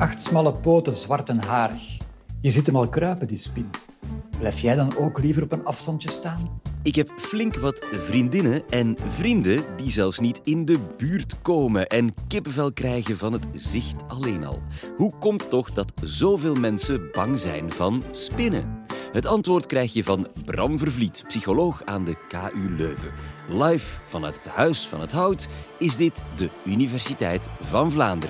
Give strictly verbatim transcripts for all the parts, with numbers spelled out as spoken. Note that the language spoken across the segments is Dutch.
Acht smalle poten, zwart en harig. Je ziet hem al kruipen, die spin. Blijf jij dan ook liever op een afstandje staan? Ik heb flink wat vriendinnen en vrienden die zelfs niet in de buurt komen en kippenvel krijgen van het zicht alleen al. Hoe komt het toch dat zoveel mensen bang zijn van spinnen? Het antwoord krijg je van Bram Vervliet, psycholoog aan de K U Leuven. Live vanuit het Huis van het Hout is dit de Universiteit van Vlaanderen.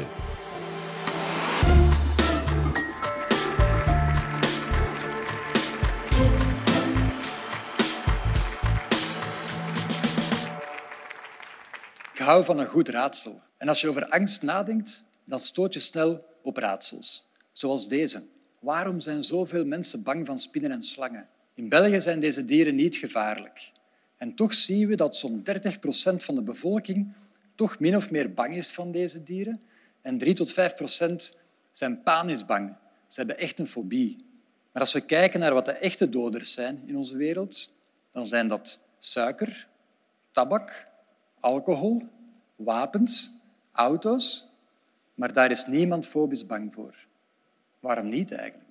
Ik hou van een goed raadsel. En als je over angst nadenkt, dan stoot je snel op raadsels. Zoals deze. Waarom zijn zoveel mensen bang van spinnen en slangen? In België zijn deze dieren niet gevaarlijk. En toch zien we dat zo'n dertig procent van de bevolking toch min of meer bang is van deze dieren. En drie tot vijf procent zijn panisch bang. Ze hebben echt een fobie. Maar als we kijken naar wat de echte doders zijn in onze wereld, dan zijn dat suiker, tabak, alcohol, wapens, auto's. Maar daar is niemand fobisch bang voor. Waarom niet eigenlijk?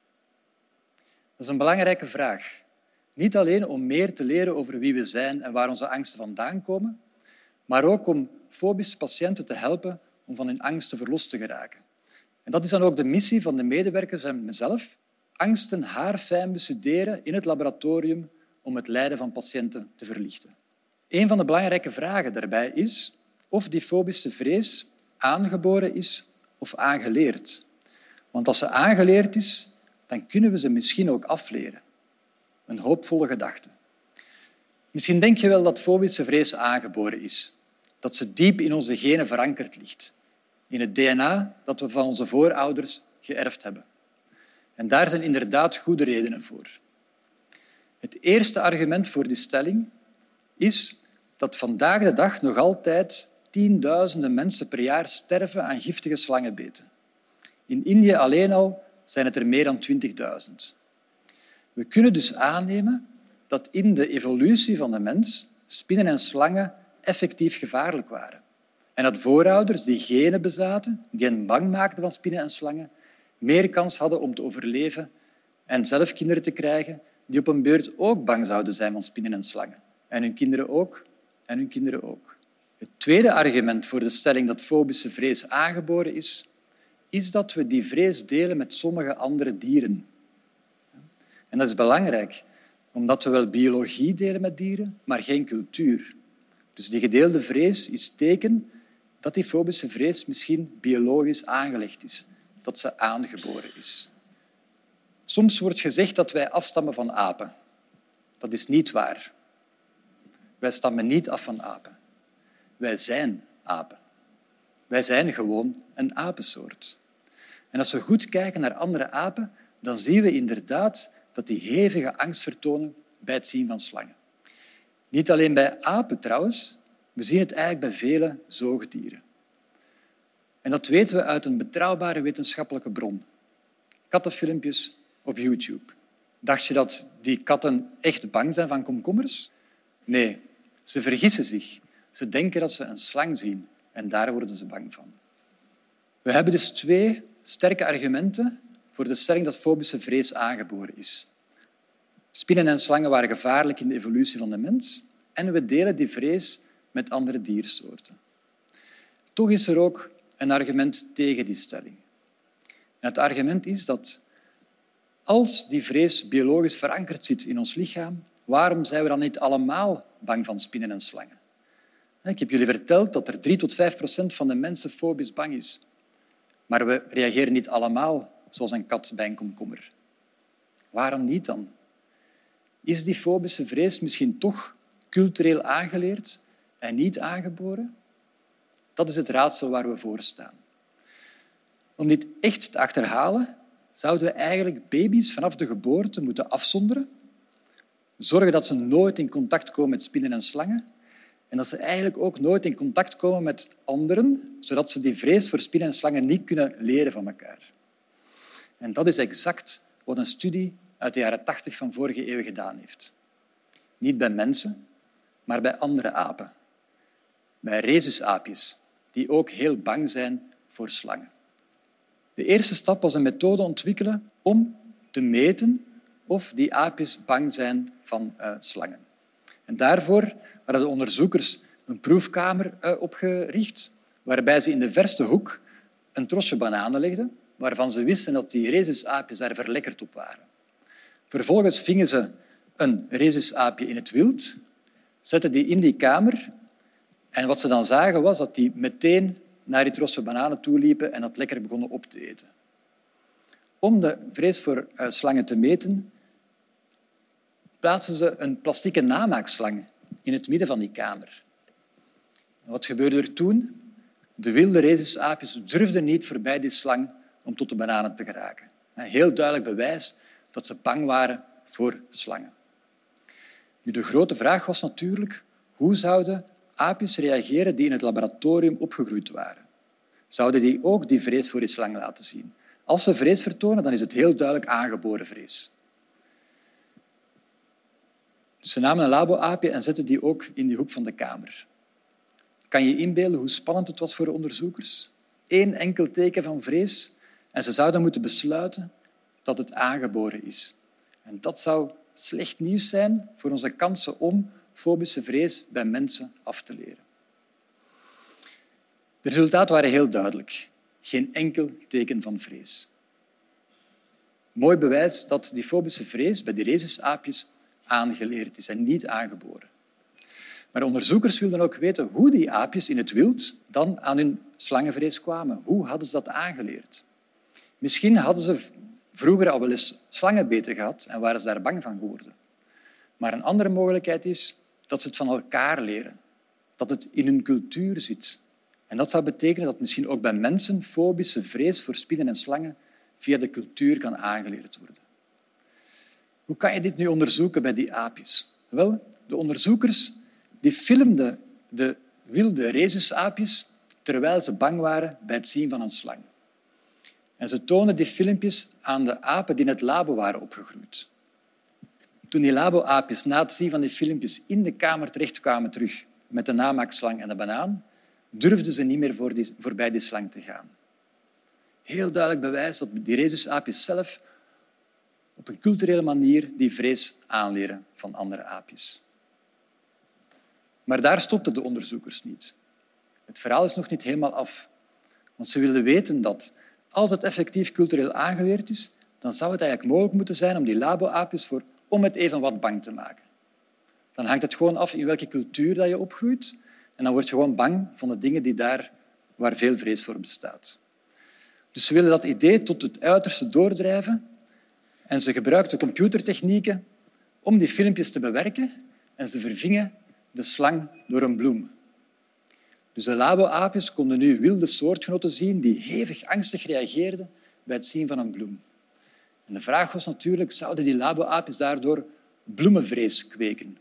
Dat is een belangrijke vraag. Niet alleen om meer te leren over wie we zijn en waar onze angsten vandaan komen, maar ook om fobische patiënten te helpen om van hun angsten verlost te geraken. En dat is dan ook de missie van de medewerkers en mezelf. Angsten haarfijn bestuderen in het laboratorium om het lijden van patiënten te verlichten. Een van de belangrijke vragen daarbij is of die fobische vrees aangeboren is of aangeleerd. Want als ze aangeleerd is, dan kunnen we ze misschien ook afleren. Een hoopvolle gedachte. Misschien denk je wel dat fobische vrees aangeboren is. Dat ze diep in onze genen verankerd ligt. In het D N A dat we van onze voorouders geërfd hebben. En daar zijn inderdaad goede redenen voor. Het eerste argument voor die stelling is dat vandaag de dag nog altijd tienduizenden mensen per jaar sterven aan giftige slangenbeten. In Indië alleen al zijn het er meer dan twintigduizend. We kunnen dus aannemen dat in de evolutie van de mens spinnen en slangen effectief gevaarlijk waren. En dat voorouders die genen bezaten, die hen bang maakten van spinnen en slangen, meer kans hadden om te overleven en zelf kinderen te krijgen die op een beurt ook bang zouden zijn van spinnen en slangen. En hun kinderen ook, en hun kinderen ook. Het tweede argument voor de stelling dat fobische vrees aangeboren is, is dat we die vrees delen met sommige andere dieren. En dat is belangrijk, omdat we wel biologie delen met dieren, maar geen cultuur. Dus die gedeelde vrees is teken dat die fobische vrees misschien biologisch aangelegd is, dat ze aangeboren is. Soms wordt gezegd dat wij afstammen van apen. Dat is niet waar. Wij stammen niet af van apen. Wij zijn apen. Wij zijn gewoon een apensoort. En als we goed kijken naar andere apen, dan zien we inderdaad dat die hevige angst vertonen bij het zien van slangen. Niet alleen bij apen trouwens, we zien het eigenlijk bij vele zoogdieren. En dat weten we uit een betrouwbare wetenschappelijke bron. Kattenfilmpjes op YouTube. Dacht je dat die katten echt bang zijn van komkommers? Nee, ze vergissen zich. Ze denken dat ze een slang zien en daar worden ze bang van. We hebben dus twee sterke argumenten voor de stelling dat fobische vrees aangeboren is. Spinnen en slangen waren gevaarlijk in de evolutie van de mens en we delen die vrees met andere diersoorten. Toch is er ook een argument tegen die stelling. En het argument is dat als die vrees biologisch verankerd zit in ons lichaam, waarom zijn we dan niet allemaal bang van spinnen en slangen? Ik heb jullie verteld dat er drie tot vijf procent van de mensen fobisch bang is. Maar we reageren niet allemaal zoals een kat bij een komkommer. Waarom niet dan? Is die fobische vrees misschien toch cultureel aangeleerd en niet aangeboren? Dat is het raadsel waar we voor staan. Om dit echt te achterhalen, zouden we eigenlijk baby's vanaf de geboorte moeten afzonderen, zorgen dat ze nooit in contact komen met spinnen en slangen en dat ze eigenlijk ook nooit in contact komen met anderen, zodat ze die vrees voor spinnen en slangen niet kunnen leren van elkaar. En dat is exact wat een studie uit de jaren tachtig van vorige eeuw gedaan heeft. Niet bij mensen, maar bij andere apen. Bij rhesusaapjes, die ook heel bang zijn voor slangen. De eerste stap was een methode ontwikkelen om te meten of die aapjes bang zijn van uh, slangen. En daarvoor hadden de onderzoekers een proefkamer uh, opgericht, waarbij ze in de verste hoek een trosje bananen legden, waarvan ze wisten dat die rhesusaapjes daar verlekkerd op waren. Vervolgens vingen ze een rhesusaapje in het wild, zetten die in die kamer en wat ze dan zagen was dat die meteen naar die trosje bananen toeliepen en dat lekker begonnen op te eten. Om de vrees voor uh, slangen te meten, plaatsten ze een plastieke namaakslang in het midden van die kamer. En wat gebeurde er toen? De wilde rhesusaapjes durfden niet voorbij die slang om tot de bananen te geraken. Een heel duidelijk bewijs dat ze bang waren voor slangen. Nu, de grote vraag was natuurlijk, hoe zouden aapjes reageren die in het laboratorium opgegroeid waren? Zouden die ook die vrees voor die slang laten zien? Als ze vrees vertonen, dan is het heel duidelijk aangeboren vrees. Dus ze namen een laboaapje en zetten die ook in die hoek van de kamer. Kan je inbeelden hoe spannend het was voor de onderzoekers? Eén enkel teken van vrees en ze zouden moeten besluiten dat het aangeboren is. En dat zou slecht nieuws zijn voor onze kansen om fobische vrees bij mensen af te leren. De resultaten waren heel duidelijk. Geen enkel teken van vrees. Mooi bewijs dat die fobische vrees bij die rhesusaapjes aangeleerd is en niet aangeboren. Maar onderzoekers wilden ook weten hoe die aapjes in het wild dan aan hun slangenvrees kwamen. Hoe hadden ze dat aangeleerd? Misschien hadden ze vroeger al wel eens slangenbeten gehad en waren ze daar bang van geworden. Maar een andere mogelijkheid is dat ze het van elkaar leren. Dat het in hun cultuur zit. En dat zou betekenen dat misschien ook bij mensen fobische vrees voor spinnen en slangen via de cultuur kan aangeleerd worden. Hoe kan je dit nu onderzoeken bij die aapjes? Wel, de onderzoekers die filmden de wilde rhesusaapjes terwijl ze bang waren bij het zien van een slang. En ze toonden die filmpjes aan de apen die in het labo waren opgegroeid. Toen die laboaapjes na het zien van die filmpjes in de kamer terechtkwamen terug met de namaakslang en de banaan, durfden ze niet meer voor die, voorbij die slang te gaan. Heel duidelijk bewijs dat die rhesusaapjes zelf op een culturele manier die vrees aanleren van andere aapjes. Maar daar stopten de onderzoekers niet. Het verhaal is nog niet helemaal af. Want ze wilden weten dat als het effectief cultureel aangeleerd is, dan zou het eigenlijk mogelijk moeten zijn om die laboaapjes voor om het even wat bang te maken. Dan hangt het gewoon af in welke cultuur dat je opgroeit en dan word je gewoon bang van de dingen die daar, waar veel vrees voor bestaat. Dus ze willen dat idee tot het uiterste doordrijven en ze gebruikten computertechnieken om die filmpjes te bewerken en ze vervingen de slang door een bloem. Dus de laboaapjes konden nu wilde soortgenoten zien die hevig angstig reageerden bij het zien van een bloem. En de vraag was natuurlijk, zouden die laboaapjes daardoor bloemenvrees kweken?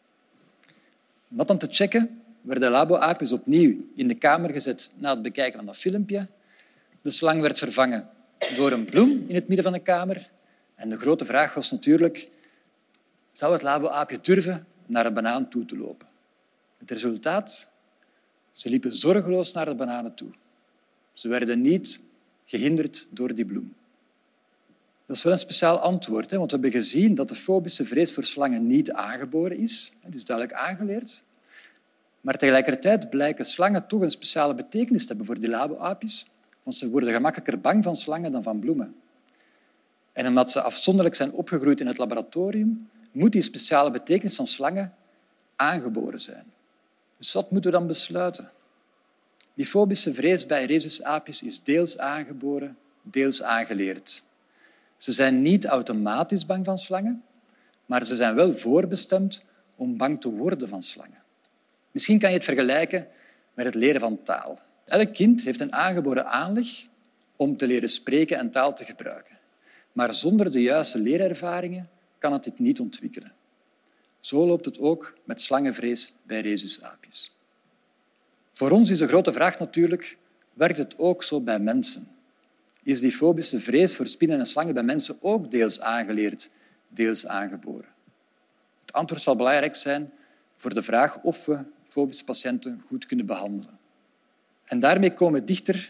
Om dat dan te checken, werden de laboaapjes opnieuw in de kamer gezet na het bekijken van dat filmpje. De slang werd vervangen door een bloem in het midden van de kamer. En de grote vraag was natuurlijk, zou het laboaapje durven naar de banaan toe te lopen? Het resultaat? Ze liepen zorgeloos naar de bananen toe. Ze werden niet gehinderd door die bloem. Dat is wel een speciaal antwoord, hè? Want we hebben gezien dat de fobische vrees voor slangen niet aangeboren is. Het is duidelijk aangeleerd. Maar tegelijkertijd blijken slangen toch een speciale betekenis te hebben voor die laboaapjes, want ze worden gemakkelijker bang van slangen dan van bloemen. En omdat ze afzonderlijk zijn opgegroeid in het laboratorium, moet die speciale betekenis van slangen aangeboren zijn. Dus wat moeten we dan besluiten? Die fobische vrees bij rhesusaapjes is deels aangeboren, deels aangeleerd. Ze zijn niet automatisch bang van slangen, maar ze zijn wel voorbestemd om bang te worden van slangen. Misschien kan je het vergelijken met het leren van taal. Elk kind heeft een aangeboren aanleg om te leren spreken en taal te gebruiken. Maar zonder de juiste leerervaringen kan het dit niet ontwikkelen. Zo loopt het ook met slangenvrees bij rhesusaapjes. Voor ons is de grote vraag natuurlijk, werkt het ook zo bij mensen? Is die fobische vrees voor spinnen en slangen bij mensen ook deels aangeleerd, deels aangeboren? Het antwoord zal belangrijk zijn voor de vraag of we fobische patiënten goed kunnen behandelen. En daarmee komen we dichter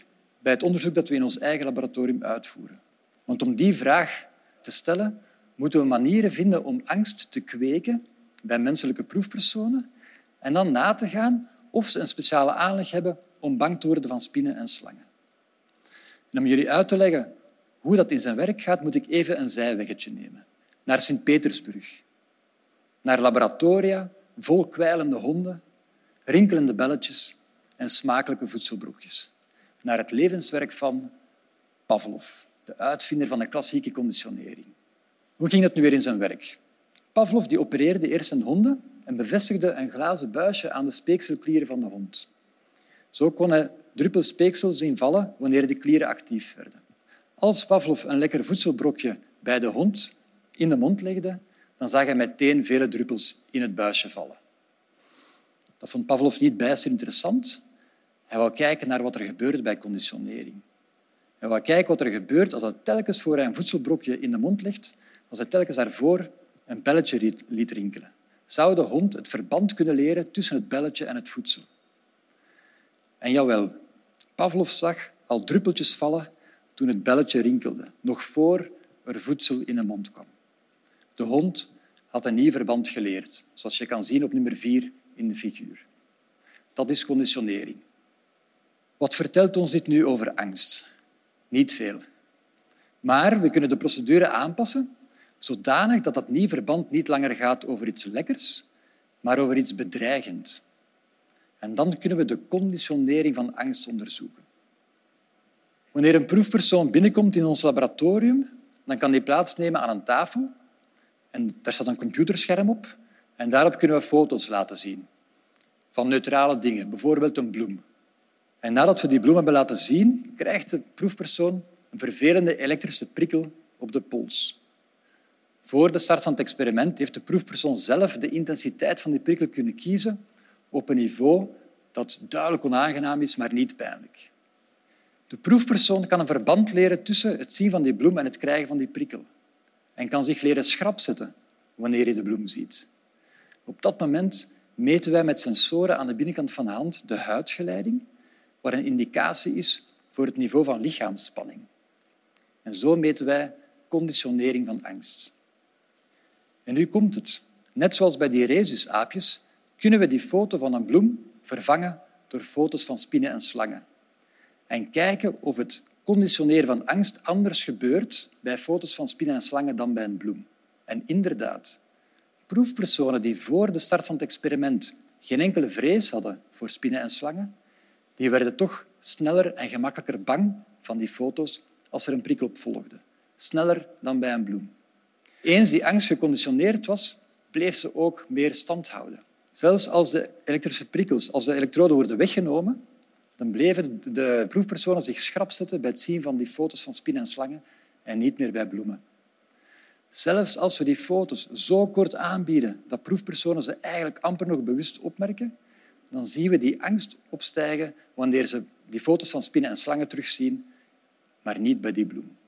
bij het onderzoek dat we in ons eigen laboratorium uitvoeren. Want om die vraag te stellen, moeten we manieren vinden om angst te kweken bij menselijke proefpersonen en dan na te gaan of ze een speciale aanleg hebben om bang te worden van spinnen en slangen. En om jullie uit te leggen hoe dat in zijn werk gaat, moet ik even een zijweggetje nemen. Naar Sint-Petersburg. Naar laboratoria vol kwijlende honden, rinkelende belletjes en smakelijke voedselbrokjes. Naar het levenswerk van Pavlov, de uitvinder van de klassieke conditionering. Hoe ging dat nu weer in zijn werk? Pavlov die opereerde eerst een honden en bevestigde een glazen buisje aan de speekselklieren van de hond. Zo kon hij druppels speeksel zien vallen wanneer de klieren actief werden. Als Pavlov een lekker voedselbrokje bij de hond in de mond legde, dan zag hij meteen vele druppels in het buisje vallen. Dat vond Pavlov niet bijster interessant. Hij wou kijken naar wat er gebeurde bij conditionering. Hij wou kijken wat er gebeurt als hij telkens voor hij een voedselbrokje in de mond legt, als hij telkens daarvoor een belletje liet rinkelen. Zou de hond het verband kunnen leren tussen het belletje en het voedsel? En jawel, Pavlov zag al druppeltjes vallen toen het belletje rinkelde, nog voor er voedsel in de mond kwam. De hond had een nieuw verband geleerd, zoals je kan zien op nummer vier in de figuur. Dat is conditionering. Wat vertelt ons dit nu over angst? Niet veel. Maar we kunnen de procedure aanpassen zodanig dat dat nieuw verband niet langer gaat over iets lekkers, maar over iets bedreigends. En dan kunnen we de conditionering van angst onderzoeken. Wanneer een proefpersoon binnenkomt in ons laboratorium, dan kan die plaatsnemen aan een tafel. En daar staat een computerscherm op. En daarop kunnen we foto's laten zien van neutrale dingen, bijvoorbeeld een bloem. En nadat we die bloem hebben laten zien, krijgt de proefpersoon een vervelende elektrische prikkel op de pols. Voor de start van het experiment heeft de proefpersoon zelf de intensiteit van die prikkel kunnen kiezen op een niveau dat duidelijk onaangenaam is, maar niet pijnlijk. De proefpersoon kan een verband leren tussen het zien van die bloem en het krijgen van die prikkel. En kan zich leren schrapzetten wanneer hij de bloem ziet. Op dat moment meten wij met sensoren aan de binnenkant van de hand de huidgeleiding, waar een indicatie is voor het niveau van lichaamsspanning. En zo meten wij conditionering van angst. En nu komt het. Net zoals bij die rhesusaapjes kunnen we die foto van een bloem vervangen door foto's van spinnen en slangen. En kijken of het conditioneren van angst anders gebeurt bij foto's van spinnen en slangen dan bij een bloem. En inderdaad, proefpersonen die voor de start van het experiment geen enkele vrees hadden voor spinnen en slangen, die werden toch sneller en gemakkelijker bang van die foto's als er een prikkel op volgde. Sneller dan bij een bloem. Eens die angst geconditioneerd was, bleef ze ook meer stand houden. Zelfs als de elektrische prikkels, als de elektroden worden weggenomen, dan bleven de proefpersonen zich schrap zetten bij het zien van die foto's van spinnen en slangen en niet meer bij bloemen. Zelfs als we die foto's zo kort aanbieden dat proefpersonen ze eigenlijk amper nog bewust opmerken, dan zien we die angst opstijgen wanneer ze die foto's van spinnen en slangen terugzien, maar niet bij die bloem.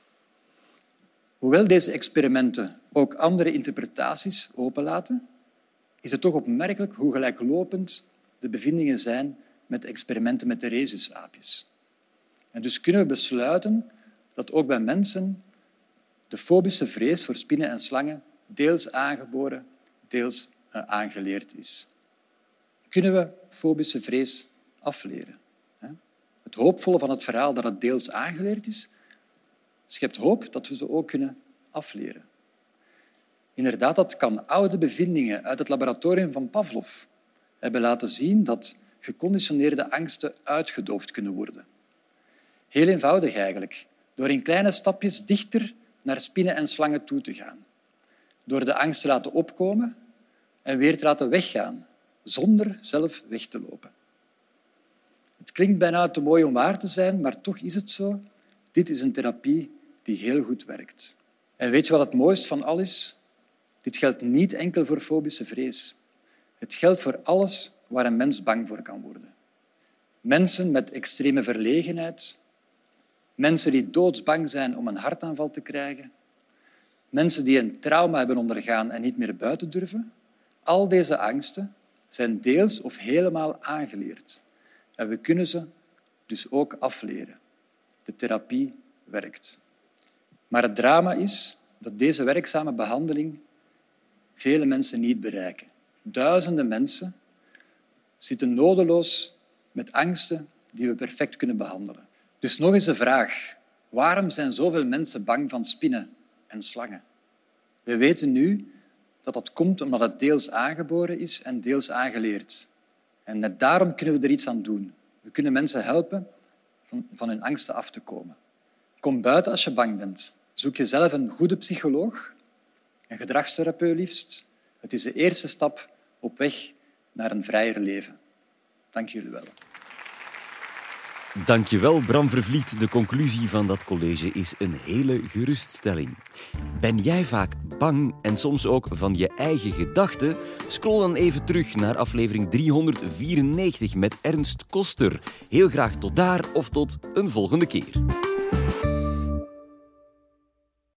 Hoewel deze experimenten ook andere interpretaties openlaten, is het toch opmerkelijk hoe gelijklopend de bevindingen zijn met de experimenten met de rhesusaapjes. En dus kunnen we besluiten dat ook bij mensen de fobische vrees voor spinnen en slangen deels aangeboren, deels aangeleerd is. Kunnen we fobische vrees afleren? Het hoopvolle van het verhaal dat het deels aangeleerd is, schept hoop dat we ze ook kunnen afleren. Inderdaad, dat kan. Oude bevindingen uit het laboratorium van Pavlov hebben laten zien dat geconditioneerde angsten uitgedoofd kunnen worden. Heel eenvoudig eigenlijk, door in kleine stapjes dichter naar spinnen en slangen toe te gaan. Door de angst te laten opkomen en weer te laten weggaan, zonder zelf weg te lopen. Het klinkt bijna te mooi om waar te zijn, maar toch is het zo. Dit is een therapie die heel goed werkt. En weet je wat het mooiste van al is? Dit geldt niet enkel voor fobische vrees. Het geldt voor alles waar een mens bang voor kan worden. Mensen met extreme verlegenheid, mensen die doodsbang zijn om een hartaanval te krijgen, mensen die een trauma hebben ondergaan en niet meer buiten durven, al deze angsten zijn deels of helemaal aangeleerd. En we kunnen ze dus ook afleren. de therapie werkt. Maar het drama is dat deze werkzame behandeling vele mensen niet bereiken. Duizenden mensen zitten nodeloos met angsten die we perfect kunnen behandelen. Dus nog eens de vraag, waarom zijn zoveel mensen bang van spinnen en slangen? We weten nu dat dat komt omdat het deels aangeboren is en deels aangeleerd. En net daarom kunnen we er iets aan doen. We kunnen mensen helpen van, van hun angsten af te komen. Kom buiten als je bang bent. Zoek jezelf een goede psycholoog, een gedragstherapeut liefst. Het is de eerste stap op weg naar een vrijer leven. Dank jullie wel. Dankjewel, Bram Vervliet. De conclusie van dat college is een hele geruststelling. Ben jij vaak bang en soms ook van je eigen gedachten? Scroll dan even terug naar aflevering driehonderdvierennegentig met Ernst Koster. Heel graag tot daar of tot een volgende keer.